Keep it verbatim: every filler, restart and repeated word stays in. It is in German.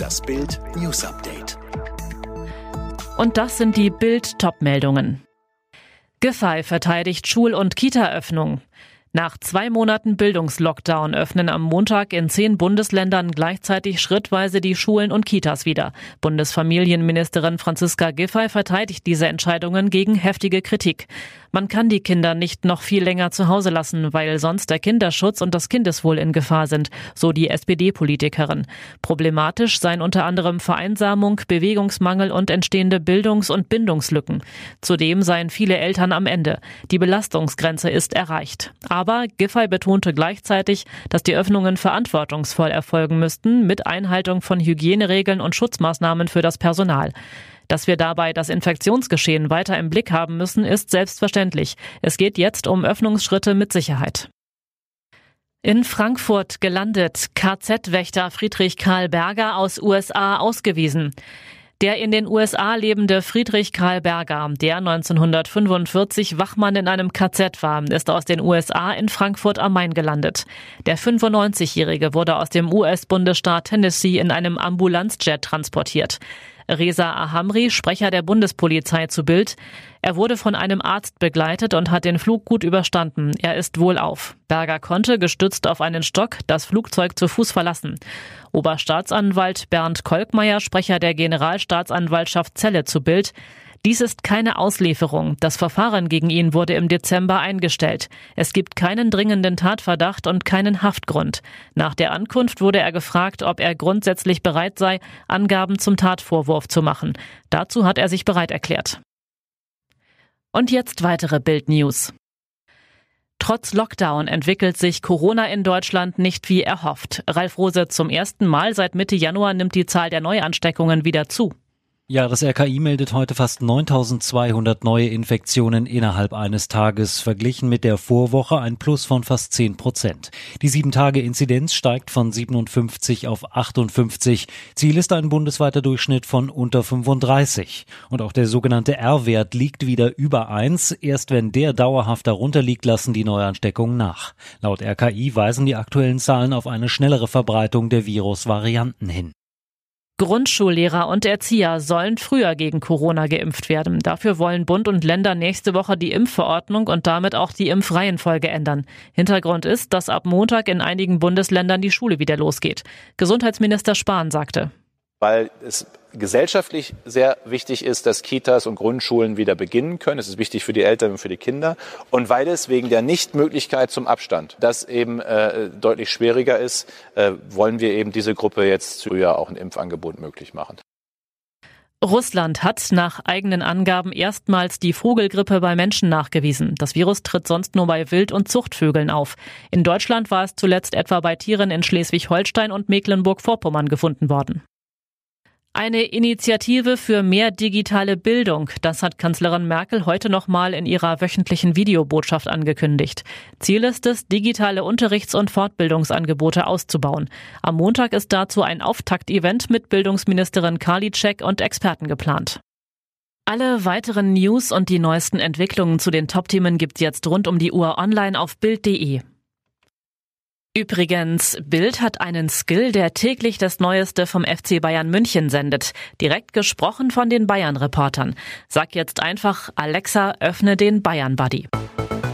Das Bild News Update. Und das sind die Bild-Top-Meldungen. Giffey verteidigt Schul- und Kita-Öffnung. Nach zwei Monaten Bildungslockdown öffnen am Montag in zehn Bundesländern gleichzeitig schrittweise die Schulen und Kitas wieder. Bundesfamilienministerin Franziska Giffey verteidigt diese Entscheidungen gegen heftige Kritik. Man kann die Kinder nicht noch viel länger zu Hause lassen, weil sonst der Kinderschutz und das Kindeswohl in Gefahr sind, so die S P D-Politikerin. Problematisch seien unter anderem Vereinsamung, Bewegungsmangel und entstehende Bildungs- und Bindungslücken. Zudem seien viele Eltern am Ende. Die Belastungsgrenze ist erreicht. Aber Giffey betonte gleichzeitig, dass die Öffnungen verantwortungsvoll erfolgen müssten, mit Einhaltung von Hygieneregeln und Schutzmaßnahmen für das Personal. Dass wir dabei das Infektionsgeschehen weiter im Blick haben müssen, ist selbstverständlich. Es geht jetzt um Öffnungsschritte mit Sicherheit. In Frankfurt gelandet, K Z-Wächter Friedrich Karl Berger aus U S A ausgewiesen. Der in den U S A lebende Friedrich Karl Berger, der neunzehnhundertfünfundvierzig Wachmann in einem K Z war, ist aus den U S A in Frankfurt am Main gelandet. Der fünfundneunzigjährige wurde aus dem U S-Bundesstaat Tennessee in einem Ambulanzjet transportiert. Reza Ahamri, Sprecher der Bundespolizei zu Bild. Er wurde von einem Arzt begleitet und hat den Flug gut überstanden. Er ist wohlauf. Berger konnte, gestützt auf einen Stock, das Flugzeug zu Fuß verlassen. Oberstaatsanwalt Bernd Kolkmeier, Sprecher der Generalstaatsanwaltschaft Celle zu Bild. Dies ist keine Auslieferung. Das Verfahren gegen ihn wurde im Dezember eingestellt. Es gibt keinen dringenden Tatverdacht und keinen Haftgrund. Nach der Ankunft wurde er gefragt, ob er grundsätzlich bereit sei, Angaben zum Tatvorwurf zu machen. Dazu hat er sich bereit erklärt. Und jetzt weitere Bild-News. Trotz Lockdown entwickelt sich Corona in Deutschland nicht wie erhofft. Ralf Rose, zum ersten Mal seit Mitte Januar nimmt die Zahl der Neuansteckungen wieder zu. Ja, das R K I meldet heute fast neuntausendzweihundert neue Infektionen innerhalb eines Tages, verglichen mit der Vorwoche ein Plus von fast zehn Prozent. Die sieben-Tage-Inzidenz steigt von siebenundfünfzig auf achtundfünfzig. Ziel ist ein bundesweiter Durchschnitt von unter fünfunddreißig. Und auch der sogenannte R-Wert liegt wieder über eins. Erst wenn der dauerhaft darunter liegt, lassen die Neuansteckungen nach. Laut R K I weisen die aktuellen Zahlen auf eine schnellere Verbreitung der Virusvarianten hin. Grundschullehrer und Erzieher sollen früher gegen Corona geimpft werden. Dafür wollen Bund und Länder nächste Woche die Impfverordnung und damit auch die Impfreihenfolge ändern. Hintergrund ist, dass ab Montag in einigen Bundesländern die Schule wieder losgeht. Gesundheitsminister Spahn sagte: Weil es gesellschaftlich sehr wichtig ist, dass Kitas und Grundschulen wieder beginnen können. Es ist wichtig für die Eltern und für die Kinder. Und weil es wegen der Nichtmöglichkeit zum Abstand, das eben äh, deutlich schwieriger ist, äh, wollen wir eben diese Gruppe jetzt früher auch ein Impfangebot möglich machen. Russland hat nach eigenen Angaben erstmals die Vogelgrippe bei Menschen nachgewiesen. Das Virus tritt sonst nur bei Wild- und Zuchtvögeln auf. In Deutschland war es zuletzt etwa bei Tieren in Schleswig-Holstein und Mecklenburg-Vorpommern gefunden worden. Eine Initiative für mehr digitale Bildung, das hat Kanzlerin Merkel heute nochmal in ihrer wöchentlichen Videobotschaft angekündigt. Ziel ist es, digitale Unterrichts- und Fortbildungsangebote auszubauen. Am Montag ist dazu ein Auftaktevent mit Bildungsministerin Karliczek und Experten geplant. Alle weiteren News und die neuesten Entwicklungen zu den Top-Themen gibt's jetzt rund um die Uhr online auf bild punkt de. Übrigens, Bild hat einen Skill, der täglich das Neueste vom F C Bayern München sendet. Direkt gesprochen von den Bayern-Reportern. Sag jetzt einfach: Alexa, öffne den Bayern-Buddy.